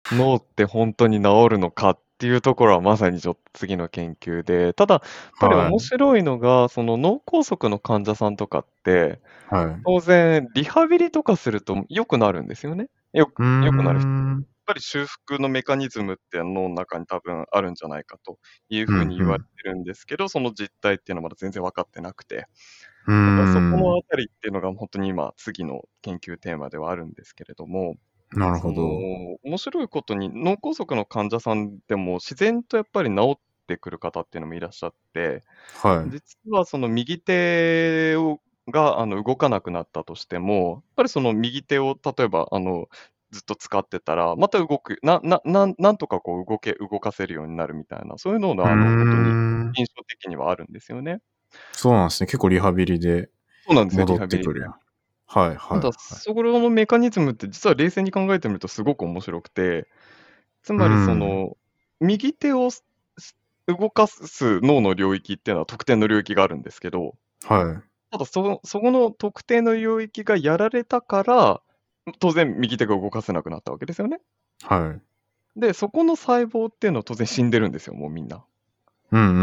脳って本当に治るのかっていうところはまさにちょっと次の研究で、ただ、やっぱりはい。 面白いのが、その脳梗塞の患者さんとかって、 はい。 当然リハビリとかすると良くなるんですよね。 うー良くなる。やっん。 ぱり修復のメカニズムって脳の中に多分あるんじゃないかといううんう風に言われん。 てるんですけど、その実態っていうのはまだ全然分かってなくて。 うーだからそこのん。 あたりっていうのが本当に今、次の研究テーマではあるんですけれども、 なるその、 ほど。 面白いことに脳梗塞の患者さんでも自然とやっぱり治ってくる方っていうのもいらっしゃって、 はい。 実はその右手が動かなくなったとしても、やっぱりその右手を例えばずっと使ってたら、また動く、なんとかこう動かせるようになるみたいな、そういうのうーが本当にん。 印象的にはあるんですよね。 そうなんすね。結構リハビリでそうなんですよ、リ戻っハビリで。 てくる。はいはいただ、 はい。 そこのメカニズムって実は冷静に考えてみるとすごく面白くて、つうーまりそん。 の、右手を動かす脳の領域っていうのは特定の領域があるんですけど、 はい。 ただそこの特定の領域がやられたから、当然右手が動かせなくなったわけですよね。 はい。 で、そこの細胞っていうのは当然死んでるんですよ、もうみんな。 うんうんうんうん。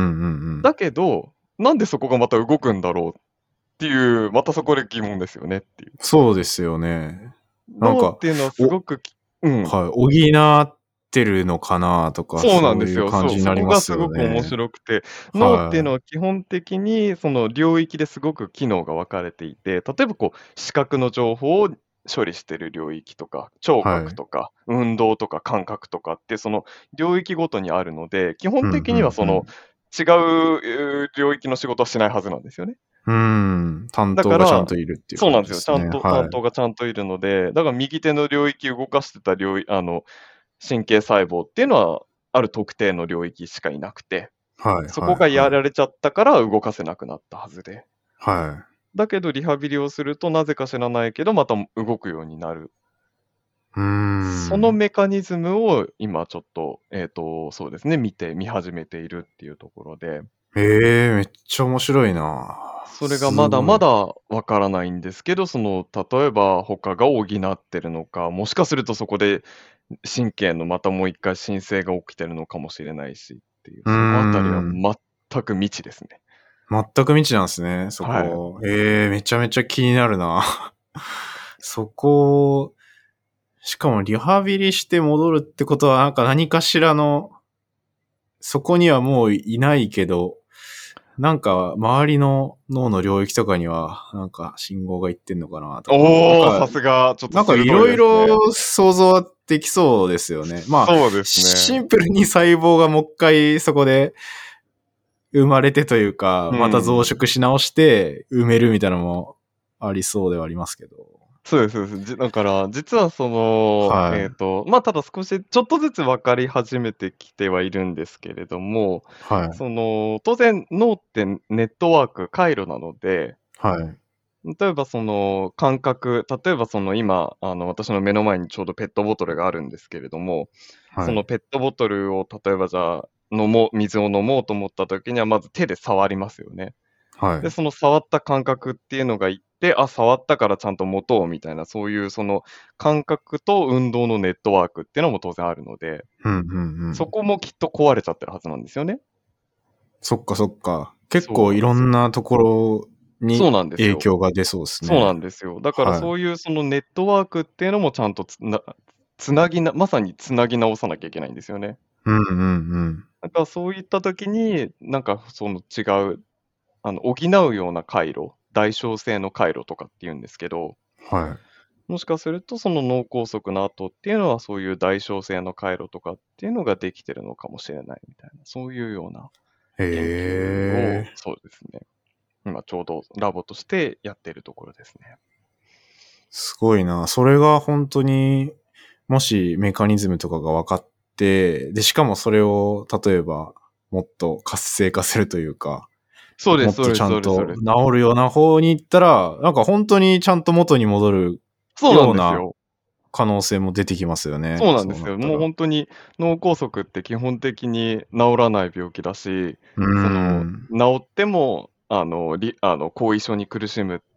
だけど、なんでそこがまた動くんだろうっていう、またそこで疑問ですよねっていう。 そうですよね。なんか、 脳っていうのはすおごくうん。 はい、補ってるのかなとか、 そうなんそうですよ。 いう感じにそなりますこがすごく面よね。 白くて、脳っていうのはい。 は基本的にその領域ですごく機能が分かれていて、例えばこう視覚の情報を処理している領域とか、聴はい。 覚とか、運動とか感覚とかってその領域ごとにあるので、基本うん、 的ふにはそのんふん。 違領域の仕事はしないはずなんですよね。 うーん、担当がちゃんだからといるっていうそうなんですよ。ち感じですね。 ゃんと担はい。 当がちゃんといるので、だから右手の領域動かしてた神経細胞っていうのは、ある特定の領域しかいなくて、 はいそこがはいはい。 やられちゃったから動かせなくなったはずで。 はい。 だけどリハビリをすると、なぜか知らないけど、また動くようになる。 うーそのん。 メカニズムを今ちょっと、そうですね、見始めているっていうところで、 ええ、めっちゃ面白いな。 それがすまだまごい。 だわからないんですけど、例えば他が補ってるのか、もしかするとそこで神経のまたもう一回申請が起きてるのかもしれないしっていう、 うーそのあたりはん。 全く未知ですね。 全く未知なんすね、そはい。 こ。ええ、めちゃめちゃ気になるな。そこ、しかもリハビリして戻るってことは、なんか何かしらの、そこにはもういないけど、なんか周りの脳の領域とかには、なんか信号がいってんのかなとか、 おお、さすが、ちょっとなんかい鋭いろいですね。 ろ想像はできそうですよね。まあ、 そうですね。 シンプルに細胞がもう一回そこで生まれてというか、 うまた増ん。 殖し直して埋めるみたいなのもありそうではありますけど。 そうですそうです。だから、実ははい。 ただ少しちょっとずつ分かり始めてきてはいるんですけれども、 はい。 当然脳ってネットワーク、回路なので、 はい。 例えば感覚、例えば今、私の目の前にちょうどペットボトルがあるんですけれども、そはい。 のペットボトルを例えばじゃあ、水を飲もうと思った時にはまず手で触りますよね。で、 はい。 その触った感覚っていうのがいって、あ、触ったからちゃんと持とうみたいな、そういうその感覚と運動のネットワークっていうのも当然あるので、 うん、うん、うん。 そこもきっと壊れちゃってるはずなんですよね。 そっかそっか。結そう構いろなんですよ。 んなところそうになんですよ。 影響が出そうですそうなね。 んですよ。だからはい。 そういうそのネットワークっていうのもちゃんとまさにつなぎ直さなきゃいけないんですよね。 うん、うん、うん。 だからそういった時に、なんかその違う、補うような回路、代償性の回路とかっていうんですけど、 はい。 もしかするとその脳梗塞の後っていうのはそういう代償性の回路とかっていうのができてるのかもしれないみたいな、そういうようなへ研究を、 え。 そうですね、今ちょうどラボとしてやっているところですね。 すごいな。それが本当に、もしメカニズムとかが分かって、で、しかもそれを、例えば、もっと活性化するというか、 そうですそうもっとですそうですそうちゃんとです。 治るような方に行ったら、なんか本当にちゃんと元に戻るそうなようなんですよ。 可能性も出てきますよね。そうそうなんですよ。もうなったら。 本当に脳梗塞って基本的に治らない病気だし、 うーん。 治っても、後遺症に苦しむって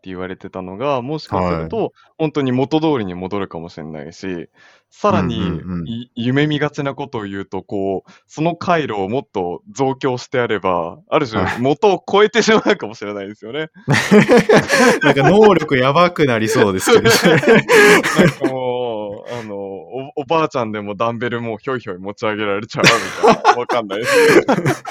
言われてたのが、もしかするはい。 と、本当に元通りに戻るかもしれないし、さうんうんらに、 うん。 夢見がちなことを言うと、こう、その回路をもっと増強してやれば、ある種はい。 元を超えてしまうかもしれないですよね。 なんか能力やばくなりそうですけど、それ。 なんかもう、おばあちゃんでもダンベルもうひょいひょい持ち上げられちゃうみたいな、わかんないですけど。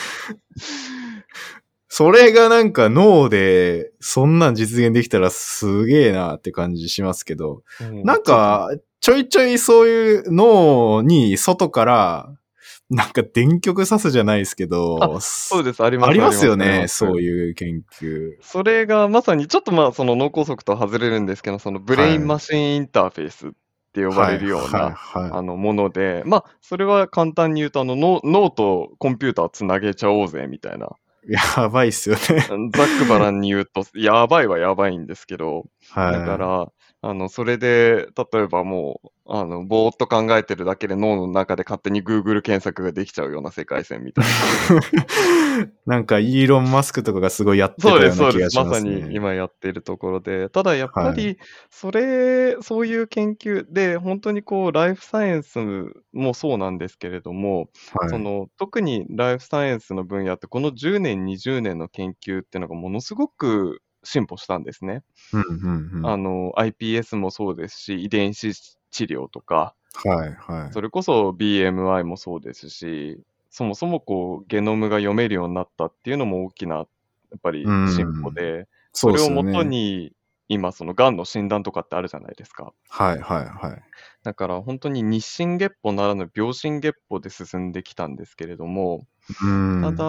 それがなんか脳で、そんなん実現できたらすげえなって感じしますけど、なんちょっと、 か、ちょいちょいそういう脳に外から、なんか電極刺すじゃないですけあ、 ど、 そうです、ありありまますありますすよね、 あります。 そういう研究。 それがまさにちょっとその脳梗塞とは外れるんですけど、そのブレインマはい。 シンインターフェースって呼ばはい、 れるようはい、 な、 はもので、それは簡単に言うと、脳とコンピューターつなげちゃおうぜみたいな。 い。やばいっすよね。 ざっくばらんに言うと、やばいはやばいんですけど、だかはら、それで、例えばもう、ぼーっと考えてるだけで脳の中で勝手に Google 検索ができちゃうような世界線みたいな。 い。なんかイーロン・マスクとかがすごいやってそうです、 たようなそうです。 気がしままさにすね。 今やっているところで、ただやっぱはい。 り、そういう研究で、本当にこうライフサイエンスもそうなんですけれども、 はい。 特にライフサイエンスの分野って、この10年、20年の研究っていうのがものすごく進歩したんですね。 うん、うん、うん。 iPS もそうですし、遺伝子治療とか、 はい、はい。 それこそ BMI もそうですし、そもそもこうゲノムが読めるようになったっていうのも大きなやっぱうり進歩ん。 で、そそうでれをもとすよね。 に、今その癌の診断とかってあるじゃないですか。 はい、はい、はい。 だから本当に日進月歩ならぬ秒進月歩で進んできたんですけれども、 うん。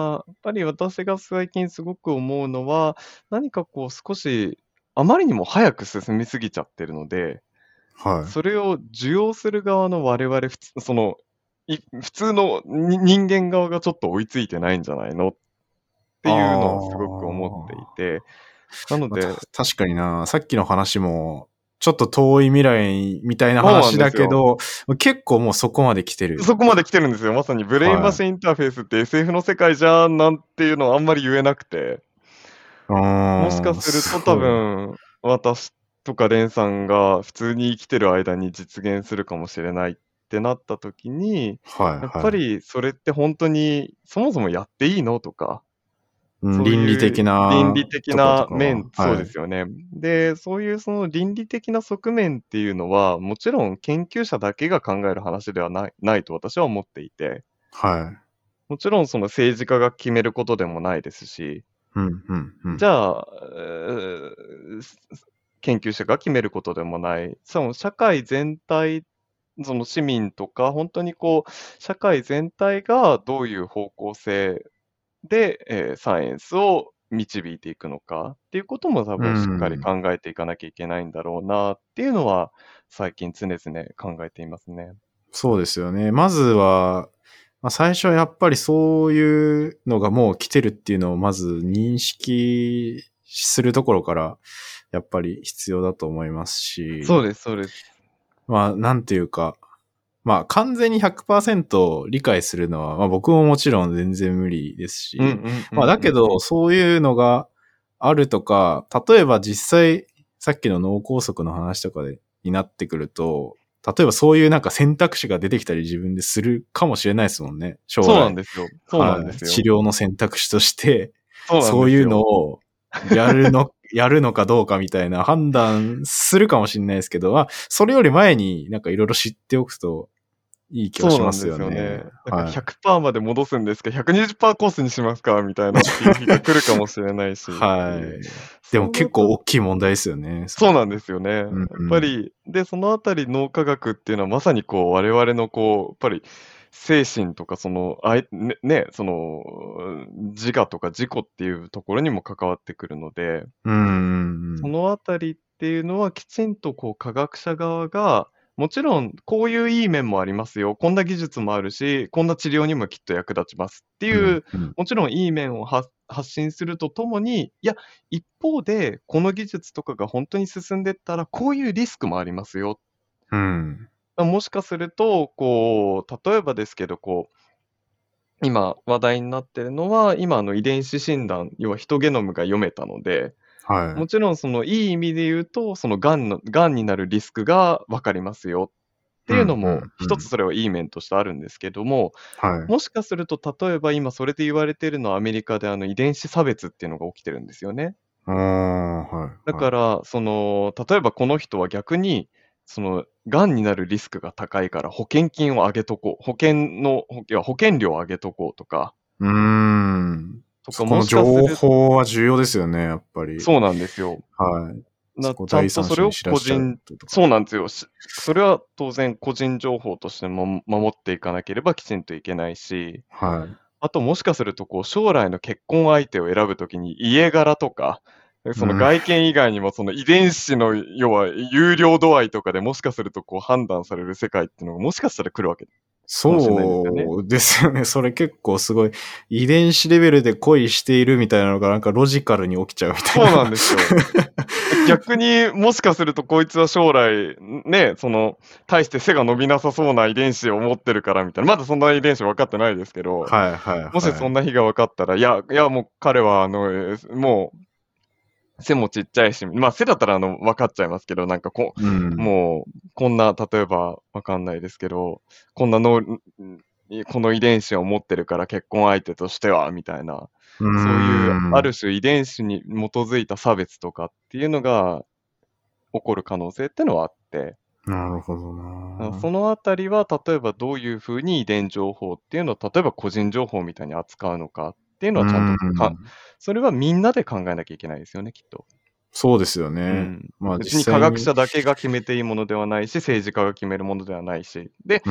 ただ、やっぱり私が最近すごく思うのは、何かこう少しあまりにも早く進みすぎちゃってるので、 はい。 それを受容する側の我々、普通の人間側がちょっと追いついてないんじゃないのっていうのはすごく思っていああ。 て、なのまあ、 で確かにな。さっきの話も、ちょっと遠い未来みたいなそうなん話ですよ。 だけど、結構もうそこまで来てる。 そこまで来てるんですよ。まさにブレインマはい。 シンインターフェースって SF の世界じゃんなんていうのはあんまり言えなくて、 うもしかーん、 すると多そう。 分、私とかレンさんが普通に生きてる間に実現するかもしれないってなった時に、 はい、 やっぱはい。 りそれって本当にそもそもやっていいのとか、 うん、 そう倫理的いう倫な理的とことなかは、 そうはい。 ですよね。で、そういうその倫理的な側面っていうのは、もちろん研究者だけが考える話ではないと私は思っていて、 はい。 もちろんその政治家が決めることでもないですし、 うん、うん、うん。 じゃあ、研究者が決めることでもない、その社会全体、その市民とか、本当にこう、社会全体がどういう方向性で、サイエンスを導いていくのかっていうことも多う分しっかりん。 考えていかなきゃいけないんだろうなっていうのは、最近常々考えていますね。 そうですよね。まずは、まあ、最初はやっぱりそういうのがもう来てるっていうのをまず認識するところからやっぱり必要だと思いますし、 そうですそうです。 まあなんていうか、まあ完全に100%理解するのは、まあ僕ももちろん全然無理ですうんうし、 んうまあだけんうんうん。 どそういうのがあるとか、例えば実際さっきの脳梗塞の話とかになってくると、例えばそういうなんか選択肢が出てきたり自分でするかもしれないですもんね、将そうなん来。 ですよ。そうなんはい。 ですよ。 治療の選択肢として、 そうなんそういうのですよ。 をやるのかどうかみたいな判断するかもしれないですけど、それより前になんかいろいろ知っておくといい気はしまそうなんですよね。 すよね。だからはい。 100%まで戻すんですか、120%コースにしますかみたいなっていう日が来るかもしれないしっていう。 はい。でもそうなった結構大きい問題ですよね、それ。 そうなんですよね。やっうんうん。 ぱり、で、そのあたり脳科学っていうのはまさにこう我々のこう、やっぱり精神とかその、その、自我とか自己っていうところにも関わってくるので、 うんうんうそん。 のあたりっていうのは、きちんとこう科学者側が、もちろんこういういい面もありますよ、こんな技術もあるし、こんな治療にもきっと役立ちますっていう、 うんうん。 もちろんいい面を発信するとともに、いや、一方でこの技術とかが本当に進んでったら、こういうリスクもありますよ。 うん。 もしかすると、こう、例えばですけど、こう、今話題になってるのは、今遺伝子診断、要はヒトゲノムが読めたので、 はい。 もちろんそのいい意味で言うと、その癌になるリスクが分かりますよっていうのうん、うも、 ん、う一つん。 それはいい面としてあるんですけども、 はい。 もしかすると例えば今それで言われているのはアメリカで遺伝子差別っていうのが起きてるんですよね。 ああ、はい、はい。 だから、その、例えばこの人は逆に、その、癌になるリスクが高いから保険金を上げとこう、保険料を上げとこうとか、 うーん。そこもの情しかする報は重要ですよね、やっぱり。 そうなんですよ。 はい。そこをちゃん第三者にとそれを知らしちゃうとか。 そうなんですよ。それは当然個人情報としても守っていかなければきちんといけないし、 はい。 あともしかするとこう将来の結婚相手を選ぶときに家柄とか、そのうん。 外見以外にもその遺伝子の要は優良度合いとかでもしかするとこう判断される世界っていうのがもしかしたら来るわけかもしれないんですよね。 そうですよね。それ結構すごい、遺伝子レベルで恋しているみたいなのがなんかロジカルに起きちゃうみたいそうなんな。 ですよ。逆にもしかするとこいつは将来、ね、その、大して背が伸びなさそうな遺伝子を持ってるからみたいな、まだそんな遺伝子分かってないですけど、 はいはいもしはい。 そんな日が分かったら、いやもう彼はもう背もちっちゃいし、まあ背だったら分かっちゃいますけど、なんかうん。 もう、こんな、例えば分かんないですけど、こんなの、この遺伝子を持ってるから結婚相手としては、みたいな、 うーそういうあん。 る種遺伝子に基づいた差別とかっていうのが起こる可能性ってのはあって、 なるほどな。 そのあたりは例えばどういう風に遺伝情報っていうのを例えば個人情報みたいに扱うのかっていうのうーはちゃんとん。 それはみんなで考えなきゃいけないですよね、きっと。 そうですよね。 うん。 まあ別に実際に、 科学者だけが決めていいものではないし、政治家が決めるものではないし、で、やっうん。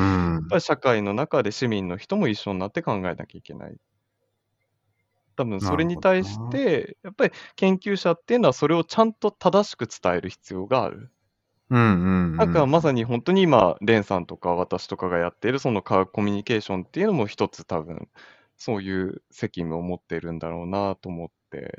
ぱり社会の中で市民の人も一緒になって考えなきゃいけない。多分それなるほどに対しな。 て、やっぱり研究者っていうのはそれをちゃんと正しく伝える必要がある。 うんうんなんかまうん。 さに本当に今、レンさんとか私とかがやっているその科学コミュニケーションっていうのも一つ多分、そういう責務を持っているんだろうなと思って、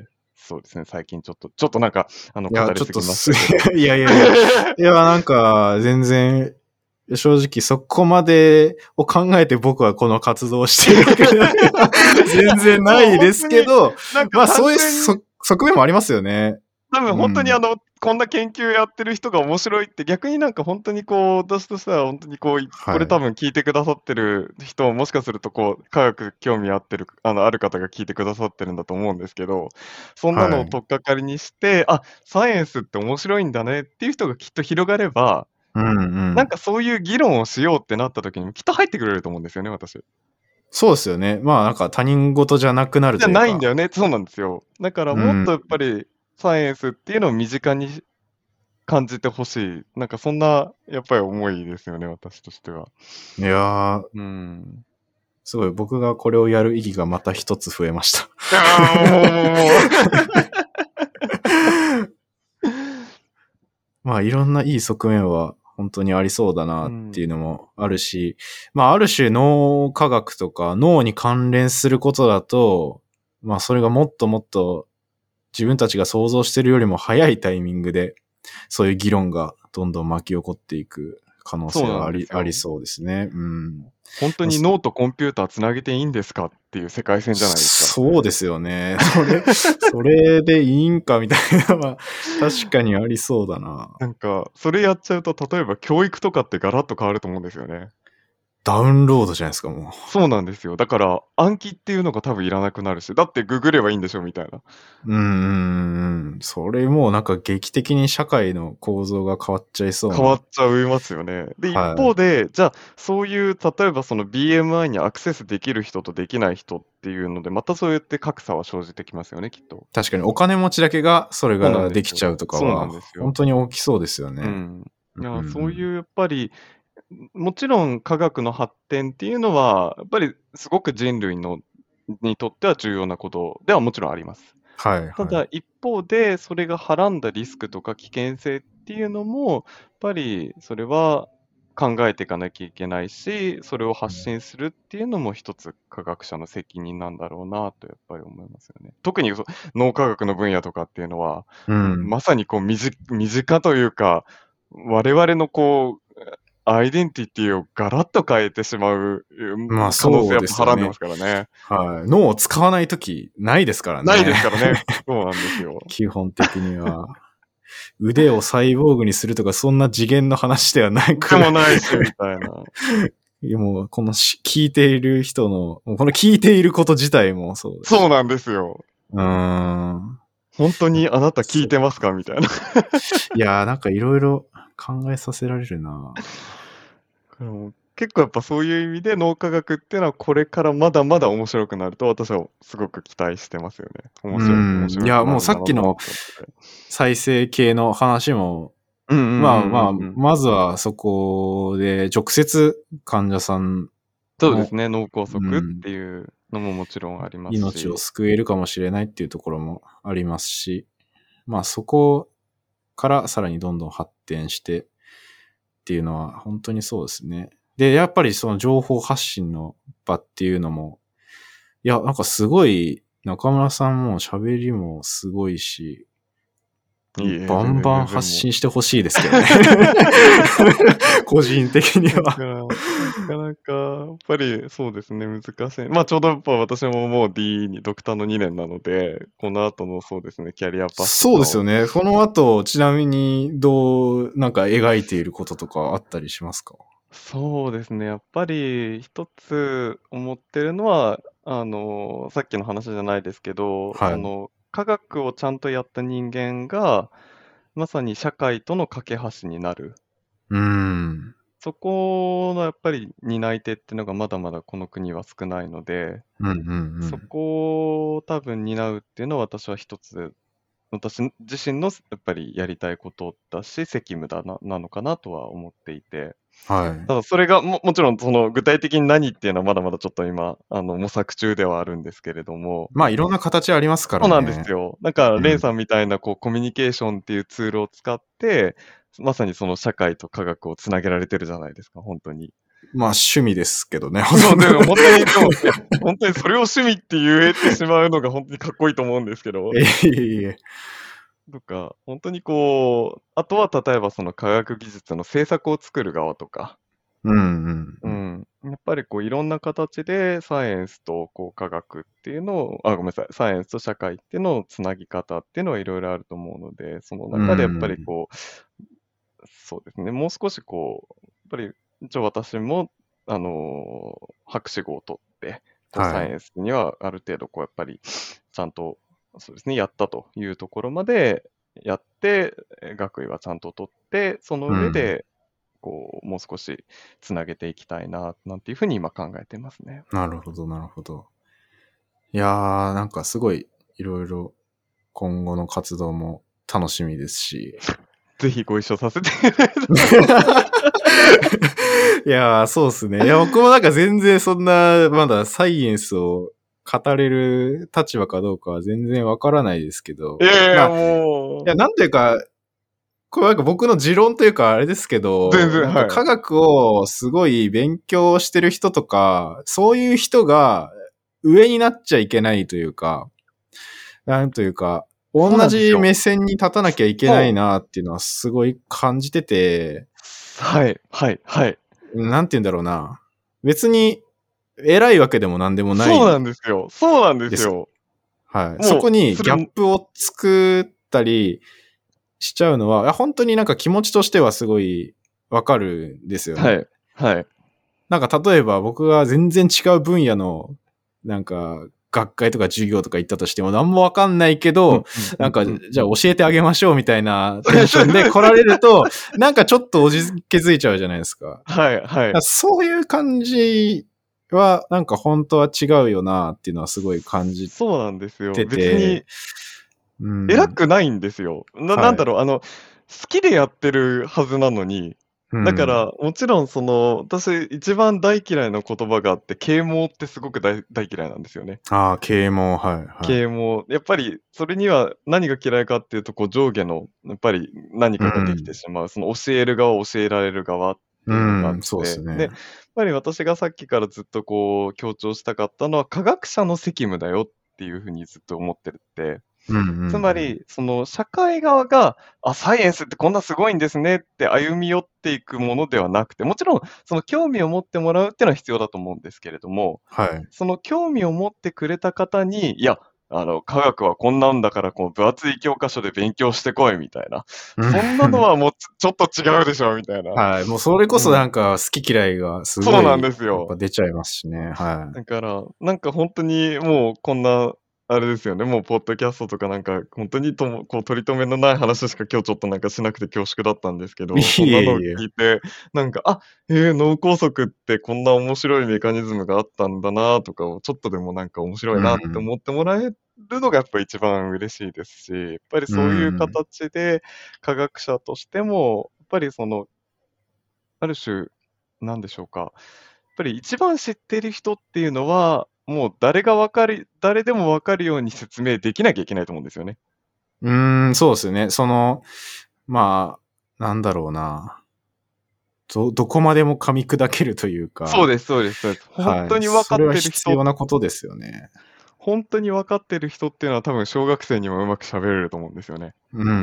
そうですね、最近ちょっとなんか、 いや、 語りすぎましちょっとたけど。 いやいやいや。いや、なんか、全然、正直そこまでを考えて僕はこの活動をしているわけでは全然なもういです本当に、 けど、 なんかまあそういう単純に側面もありますよね。 多分本当にうん。 こんな研究やってる人が面白いって、逆になんか本当にこう、私としては本当にこう、これ多はい。 分聞いてくださってる人、もしかするとこう、科学興味あってる、ある方が聞いてくださってるんだと思うんですけど、そんなのをはい。 取っかかりにして、あ、サイエンスって面白いんだねっていう人がきっと広がれば、 うんうん。 なんかそういう議論をしようってなった時にもきっと入ってくれると思うんですよね、私。 そうですよね。まあなんか他人事じゃなくなるじゃというか。 ないんだよね。そうなんですよ。だからうん。 もっとやっぱりサイエンスっていうのを身近に感じてほしい。なんかそんな、やっぱり思いですよね、私としては。 いやー、 うん。 すごい僕がこれをやる意義がまた一つ増えました。 ああ、もう。 まあいろんないい側面は本当にありそうだなっていううん。 のもあるし、まあある種脳科学とか脳に関連することだと、まあそれがもっともっと自分たちが想像してるよりも早いタイミングでそういう議論がどんどん巻き起こっていく可能そう性はありなんですよ。 そうですね。うん。 本当に脳とコンピューターつなげていいんですかっていう世界線じゃないですか。 そうですよね。それでいいんかみたいなのは確かにありそうだな。 なんか、それやっちゃうと、例えば教育とかってガラッと変わると思うんですよね。 ダウンロードじゃないですか、もう。 そうなんですよ。だから、暗記っていうのが多分いらなくなるし、だってググればいいんでしょみたいな。 うんうんうん。それもうなんか劇的に社会の構造が変わっちゃいそうな。 変わっちゃいますよね。で、一はい。 方で、じゃあ、そういう例えばその BMI にアクセスできる人とできない人っていうので、またそうやって格差は生じてきますよね、きっと。 確かにお金持ちだけがそれそうなんがですよ。 できちゃうとかそうなは、 んですよ。 本当に大きそうですよね。 うん。いや、 うんうん。 そういうやっぱり、もちろん科学の発展っていうのは、やっぱりすごく人類にとっては重要なことではもちろんあります。 はいはい。 ただ一方で、それがはらんだリスクとか危険性っていうのも、やっぱりそれは考えていかなきゃいけないし、それを発信するっていうのも一つ科学者の責任なんだろうなとやっぱり思いますよね。特に脳科学の分野とかっていうのは、 うん。 まさにこう身近というか、我々のこうアイデンティティをガラッと変えてしまう、 まあ可能性そうやっですよね。 ぱはらんでますからね。 はい。脳を使わないときないですからないね。 ですからね。そうなんですよ。 基本的には。腕をサイボーグにするとかそんな次元の話ではなく、 でもないし、みたいな。 もうこの聞いている人の、もうこの聞いていること自体もそうだし。 そうなんですよ。本当にあなた聞いてますかみたいな。 いやーなんかいろいろ考えさせられるな。 結構やっぱそういう意味で脳科学っていうのはこれからまだまだ面白くなると私はすごく期待してますよね。面いや、 白くなもうるんだろうなとさっきの思って。 再生系の話も、 うんうんうんうんうん。 まずはそこで直接患者さんの、 そうですね。脳梗塞っていうのももちろんありますし。 命を救えるかもしれないっていうところもありますし、まあそこからさらにどんどん発展してっていうのは本当にそうですね。で、やっぱりその情報発信の場っていうのも、いや、なんかすごい、中村さんも喋りもすごいし、 いいえ、 バン全然バン発全然もう。 信してほしいですけどね。個人的には。 だから、なかなか、やっぱりそうですね、難しい。まあちょうどやっぱ私ももう ドクターの2年なので、この後のそうですね、キャリアパスとそうかを。 ですよね。この後、ちなみになんか描いていることとかあったりしますか？ そうですね、やっぱり一つ思ってるのは、さっきの話じゃないですけど、 はい。 科学をちゃんとやった人間が、まさに社会との架け橋になる。 うーん。 そこのやっぱり担い手っていうのがまだまだこの国は少ないので、 うんうんうそん。 こを多分担うっていうのは私は一つ、私自身のやっぱりやりたいことだし、責務なのかなとは思っていて。 はい。 ただそれがもちろんその具体的に何っていうのはまだまだちょっと今、模索中ではあるんですけれども。 まあ、いろんな形ありますかそうなんでらね。 すよ。なんかうん。 レンさんみたいなこうコミュニケーションっていうツールを使って、まさにその社会と科学をつなげられてるじゃないですか、ほんとに。 まあ、趣味ですけどね、ほとんど。 そうでもほんとに、でも、いや、ほんとにそれを趣味って言えてしまうのがほんとにかっこいいと思うんですけど。 いえいえ。 とか、ほんとにこう、あとは例えばその科学技術の制作を作る側とか、 うんうんうん。 うん、やっぱりこういろんな形でサイエンスとこう科学っていうのを、あ、ごめんなさい、サイエンスと社会っていうのをつなぎ方っていうのはいろいろあると思うので、そのう中でやっぱりん。 こう、そうですね、もう少しこう、やっぱり一応私も博士号を取って、こうはい。 サイエンスにはある程度こうやっぱりちゃんと、そうですね、やったというところまでやって、学位はちゃんと取って、そのうん。 上でこう、もう少しつなげていきたいな、なんていうふうに今考えてますね。 なるほどなるほど。いやー、なんかすごい、いろいろ今後の活動も楽しみですし。 ぜひご一緒させていただいて。 いやー、そうっすね。いや、僕もなんか全然そんな、まだサイエンスを語れる立場かどうかは全然わからないですけど、 いやいや、 まあ、いや、 もなんというか、これなんか僕の持論というかあれですけう、全ど、 然、 なんかはい。 科学をすごい勉強してる人とか、そういう人が上になっちゃいけないというか、なんというか、同そうなんですよ。 じ目線に立たなきゃいけないそう。 なっていうのはすごい感じてて、 はい、はい、はい。 なんて言うんだろうな。別に偉いわけでもなんでもなそうなんいですよ。そうなんでです。 すよ。 はい。そこもう、 にギャップを作ったりしちゃうのは、本当になんか気持ちとしてはすごいわかるんですよね。 はい、はい。 なんか例えば僕が全然違う分野の、なんか学会とか授業とか行ったとしても何もわかんないけうん、 ど、 うん、うん、 なんかうん。 じゃあ教えてあげましょうみたいなテンションで来られると、なんかちょっとおじけづいちゃうじゃないですか。 はい、はい。 そういう感じは、なんか本当は違うよなっていうのはすごい感じそうなんですよ。 て別にて、うん。 偉くないんですよ。なはい。 んだろう、好きでやってるはずなのに、 うん。 だから、もちろん私一番大嫌いな言葉があって、啓蒙ってすごく大嫌いなんですよね。 ああ、啓蒙、はい、はい。 啓蒙。やっぱりそれには何が嫌いかっていうと、こう上下のやっぱり何うかができてん。 しまう、その教える側、教えられる側っていうのがあっそうですて、で、やっね。 ぱり私がさっきからずっと強調したかったのは、科学者の責務だよっていう風にずっと思ってるって。 うんうんうん。 つまり、その社会側が、あ、サイエンスってこんなすごいんですねって歩み寄っていくものではなくて、もちろんその興味を持ってもらうっていうのは必要だと思うんですけれども、 はい。 その興味を持ってくれた方に、いや、科学はこんなんだから、こう分厚い教科書で勉強してこいみたいな。 うん。 そんなのはもうちょっと違うでしょみたいな。 はい。もうそれこそうん。 なんか好き嫌いがすそうなんでごいやっすよ。 ぱ出ちゃいますしね。はだから、なんかほんとにもうこんな、あれですよね、もうポッドキャストとかなんか、ほんとにこう取り留めのない話しか今日ちょっとなんかしなくて恐縮だったんですけい。 ど、そんなのをいえいえ。 聞いて、なんか、あ、脳梗塞ってこんな面白いメカニズムがあったんだなとかを、ちょっとでもなんか面白いなってうん。 思ってもらえるのがやっぱ一番嬉しいですし、やっぱりうそういうん。 形で科学者としても、やっぱりその、ある種、なんでしょうか、やっぱり一番知ってる人っていうのは、もう誰でも分かるように説明できなきゃいけないと思うんですよね。 そうですよね。まあ、なんだろうな。どこまでも噛み砕けるというか、 そうですそうですそうです。ほんはい。 とに分かっそれはてる人必要なことですよね。 ほんとに分かってる人っていうのは多分小学生にもうまく喋れると思うんですよね。 うんうんうん。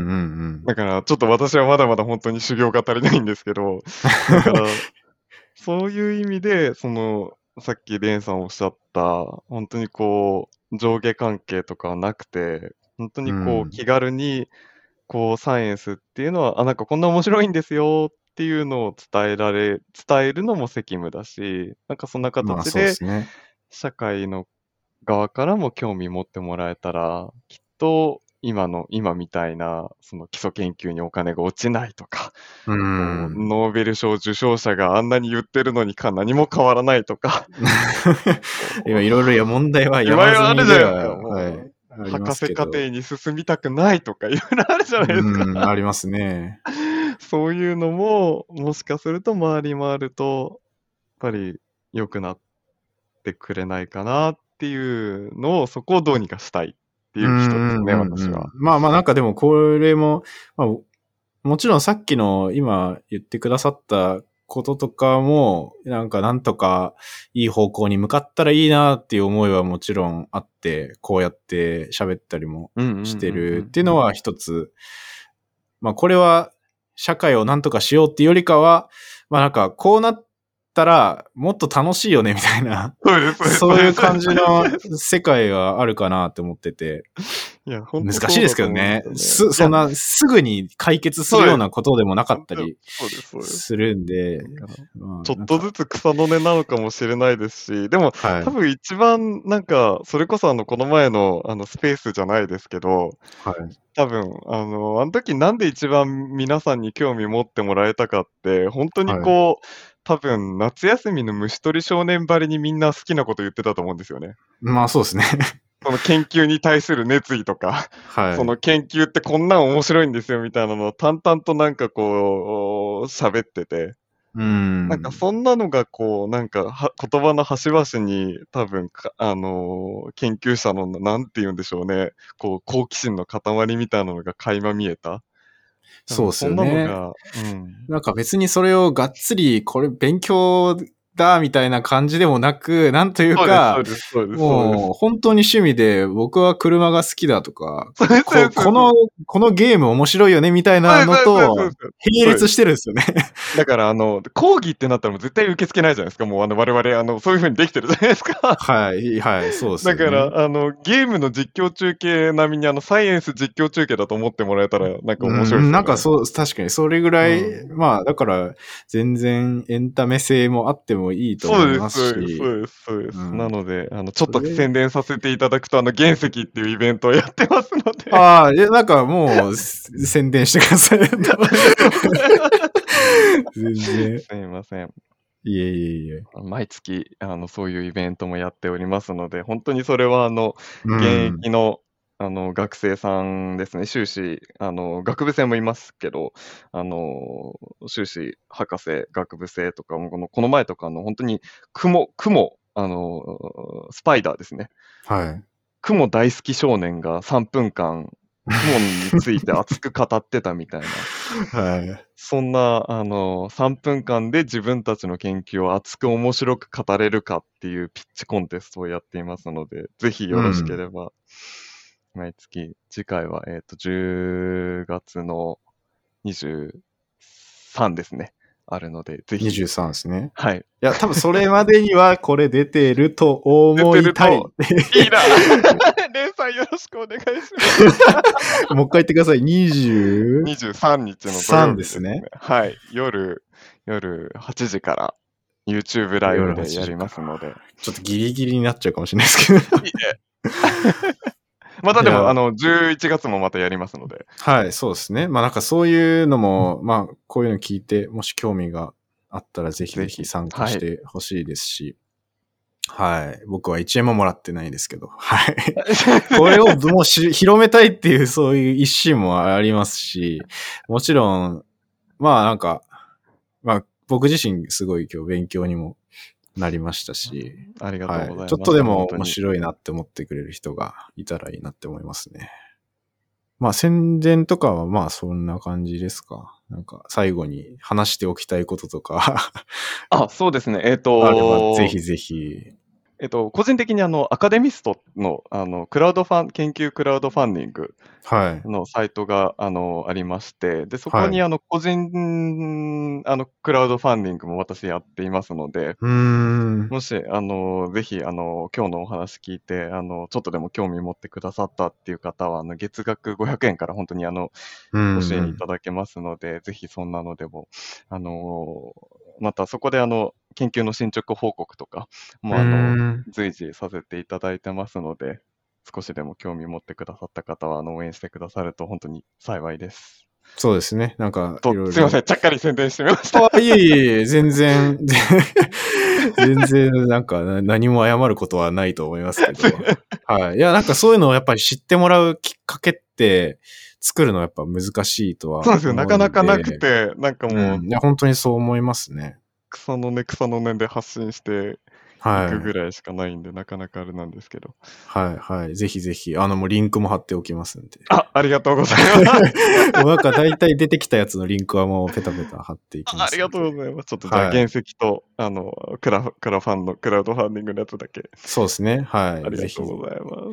だからちょっと私はまだまだほんとに修行が足りないんですけど、だから、そういう意味で、その、さっきレンさんおっしゃった、ほんとにこう、上下関係とかはなくて、ほんとうにこうん。 気軽にこう、サイエンスっていうのは、あ、なんかこんな面白いんですよっていうのを伝えるのも責務だし、なんかそんなまあ形で、 そうですね。 社会の側からも興味持ってもらえたら、きっと今みたいな、その基礎研究にお金が落ちないとか、 うこう、 ん。 ノーベル賞受賞者があんなに言ってるのに何も変わらないとか、 今いろいろ問題は今山積あるじゃないですか、 みでは、はい、 もう。 ありま博士課すけど。 程に進みたくないとか、いろいろあるじゃないですか。 ありますね。 そういうのも、もしかすると回り回ると、やっぱり良くなってくれないかなっていうのを、そこをどうにかしたいっていう人ですね、私は。 まあまあなんかでもこれも、まあ、もちろんさっきの今言ってくださったこととかも、なんとかいい方向に向かったらいいなっていう思いはもちろんあって、こうやって喋ったりもうんうんうんしてうん。 るっていうのは一つ、まあこれは社会をなんとかしようっていうよりかは、まあなんかこうなったらもっと楽しいよねみたいな、 そうですそうですそういうそうですそうで感じのす。 世界があるかなって思ってて、 いや、ほんと難しいですそうだとけどね。 思うんですよね。いや、 そんなすぐに解決するそうです。 ようなことでもなかったりそうですそうです。 するんで、 だから、 まあ、 ちょっとずつ草の根なのかもしれないですし、でもはい、 多分一番なんか、それこそこの前のスペースじゃないですけど、 はい。 多分、あん時なんで一番皆さんに興味持ってもらえたかって、ほんとにはい。 こう、多分夏休みの虫取り少年ばりにみんな好きなこと言ってたと思うんですよね。 まあ、そうですね。 その研究に対する熱意とか、そのはい。 研究ってこんなん面白いんですよみたいなのを淡々となんかこう、喋ってて、なんかそんなのがこう、なんか、言葉の端々に多分研究者のなんて言うんでしょうね、こう好奇心の塊みたいなのが垣間見えた。多そうです分そんなのよね。 が、うん。 なんか別にそれをがっつり、これ勉強だ、みたいな感じでもなく、なんというそうですそか、 うですそうですそうです。 もう本当に趣味で僕は車が好きだとか、 そうですそうですそうです。 このゲーム面白いよねみたいなそうですのとそうですそうです。そうです。 並列してるんですよね。 だから講義ってなったらもう絶対受け付けないじゃないですか。もう我々そういう風にできてるじゃないですか。 はい、はい、そうですだよね。 から、ゲームの実況中継並みに、サイエンス実況中継だと思ってもらえたら、なんか面白いですよね。 確かにそれぐらい、 うん。 まあだから全然エンタメ性もあってもいいとそうです思いますそうですそし、 うですそうです。なうん。 ので、ちょっとそれ、 宣伝させていただくと、原石っていうイベントをやってますので。 ああ、いやなんかもう宣伝してください。 ありがとうございます。 全然。 すいません。 いえいえいえ。 毎月、そういうイベントもやっておりますので、本当にそれは、 う現ん。 役の、学生さんですね、修士、学部生もいますけど、修士、博士、学部生とかも、この前とか、本当に、スパイダーですね。 はい。 雲大好き少年が3分間、雲について熱く語ってたみたいな。 はい。 そんな、3分間で自分たちの研究を熱く面白く語れるかっていうピッチコンテストをやっていますので、ぜひよろしけうん。 れば、 毎月。次回は、10月の23ですね。あるので、ぜひ。 23ですね。 はい。 いや、多分それまでにはこれ出てると思いたい。 いいなレンさんよろしくお願いします。 もう一回言ってください。23 23日の土曜日ですね。 はい。夜8時から YouTube ライブでやりますので。 ちょっとギリギリになっちゃうかもしれないですけど。 またでも、11月もまたやりますので。 はい、そうですね。まあなんかそういうのも、まあこういうの聞いて、もし興味があったらぜひぜひ参加してほしいですし、はい。僕は1円ももらってないですけど、はい。これをもう広めたいっていうそういう一心もありますし、もちろん、まあなんか、まあ僕自身すごい今日勉強にもなりましたし、 ありがとうございます。 はい、ちょっとでも面白いなって思ってくれる人がいたらいいなって思いますね。まあ宣伝とかはまあそんな感じですか。なんか最後に話しておきたいこととかあ、そうですね。 あればぜひぜひ。 個人的にアカデミストの、研究クラウドファンディングのサイトが、ありまして、で、そこに、個人、クラウドファンディングも私やっていますので、もし、ぜひ、今日のお話聞いて、ちょっとでも興味持ってくださったっていう方は、月額500円から本当に、ご支援いただけますので、ぜひそんなのでも、またそこで、研究の進捗報告とかも随時させていただいてますので、少しでも興味持ってくださった方は応援してくださると本当に幸いです。 そうですね。なんかいろいろ。 すいません、ちゃっかり宣伝してみました。 いえ、全然なんか何も謝ることはないと思いますけど。はい。いや、なんかそういうのをやっぱり知ってもらうきっかけって作るのはやっぱ難しいとは思うんで。 そうですよ。なかなかなくて、なんかもう、 いや、本当にそう思いますね。 草の根で発信していくぐらいしかないんで、なかなかあれなんですけど。 はいはい。ぜひぜひ、もうリンクも貼っておきますんで。 ありがとうございます。 もうなんか大体出てきたやつのリンクはもうペタペタ貼っていきます。 ありがとうございます。ちょっとじゃあ原石と、クラウドファンディングのやつだけ。 そうですね。はい。 ありがとうございます。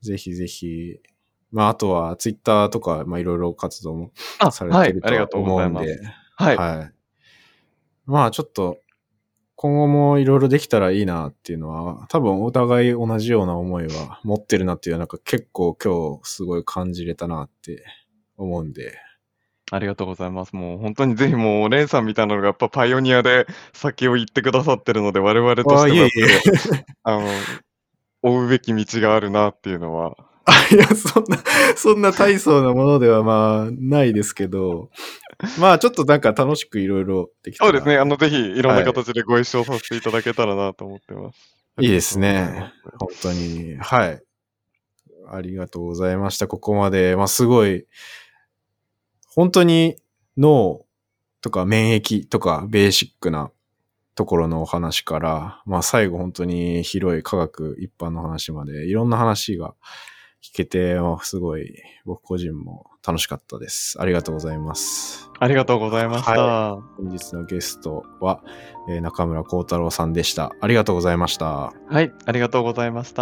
ぜひぜひ。まあ、あとは、ツイッターとか、まあ、いろいろ活動もされてると思うんで。 はい。 はい。まあ、ちょっと、今後もいろいろできたらいいなっていうのは、多分お互い同じような思いは持ってるなっていう、なんか結構今日すごい感じれたなって思うんで。 ありがとうございます。もう本当にぜひもう、レンさんみたいなのがやっぱパイオニアで先を行ってくださってるので、我々としてもやっぱり、追うべき道があるなっていうのは。 いや、そんな大層なものではまあ、ないですけど、まあ、ちょっとなんか楽しくいろいろできたら。 そうですね。ぜひいろんな形でご一緒させていただけたらなと思ってます。 いいですね。本当に。はい。ありがとうございました。ここまで。まあ、すごい、本当に脳とか免疫とかベーシックなところのお話から、まあ最後本当に広い科学一般の話までいろんな話が聞けて、すごい僕個人も楽しかったです。ありがとうございます。 ありがとうございました。はい、 本日のゲストは、中村光太郎さんでした。ありがとうございました。 はい、ありがとうございました。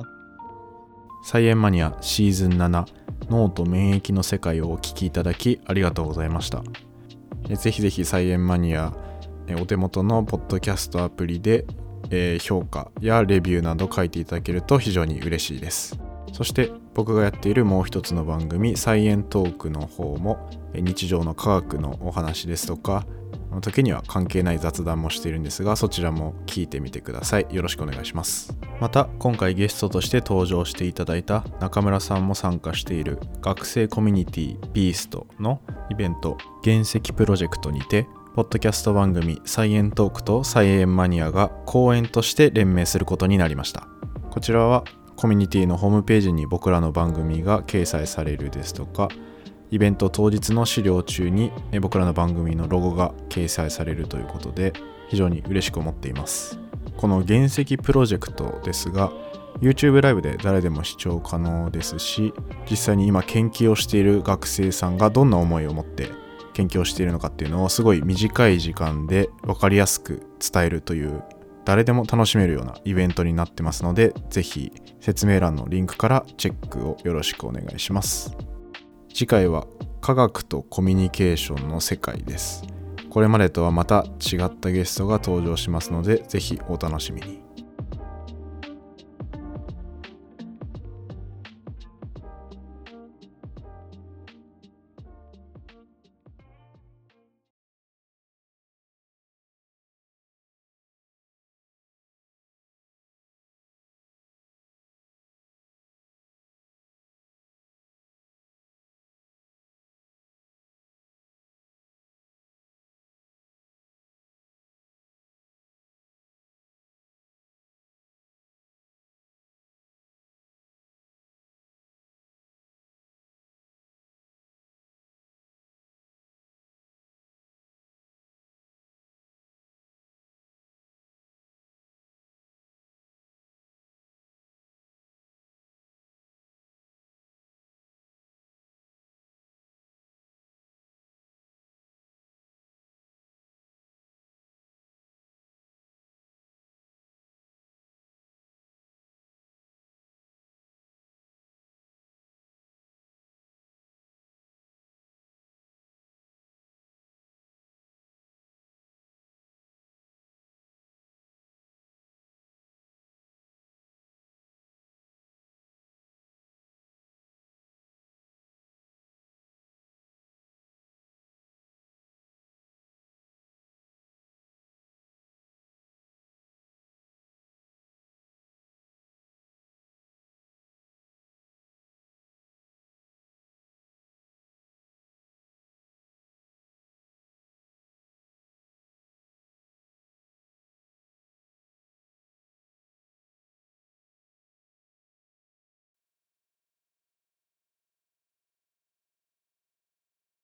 サイエンマニアシーズン7、脳と免疫の世界をお聞きいただきありがとうございました。ぜひぜひサイエンマニアお手元のポッドキャストアプリで、評価やレビューなど書いていただけると非常に嬉しいです。そして僕がやっているもう一つの番組サイエントークの方も日常の科学のお話ですとか時には関係ない雑談もしているんですが、そちらも聞いてみてください。よろしくお願いします。また今回ゲストとして登場していただいた中村さんも参加している学生コミュニティビーストのイベント原石プロジェクトにてポッドキャスト番組サイエントークとサイエンマニアが公演として連名することになりました。こちらはコミュニティのホームページに僕らの番組が掲載されるですとか、イベント当日の資料中に僕らの番組のロゴが掲載されるということで非常に嬉しく思っています。この原石プロジェクトですが YouTube ライブで誰でも視聴可能ですし、実際に今研究をしている学生さんがどんな思いを持って研究をしているのかっていうのをすごい短い時間で分かりやすく伝えるという誰でも楽しめるようなイベントになってますので、ぜひ説明欄のリンクからチェックをよろしくお願いします。次回は科学とコミュニケーションの世界です。これまでとはまた違ったゲストが登場しますので、ぜひお楽しみに。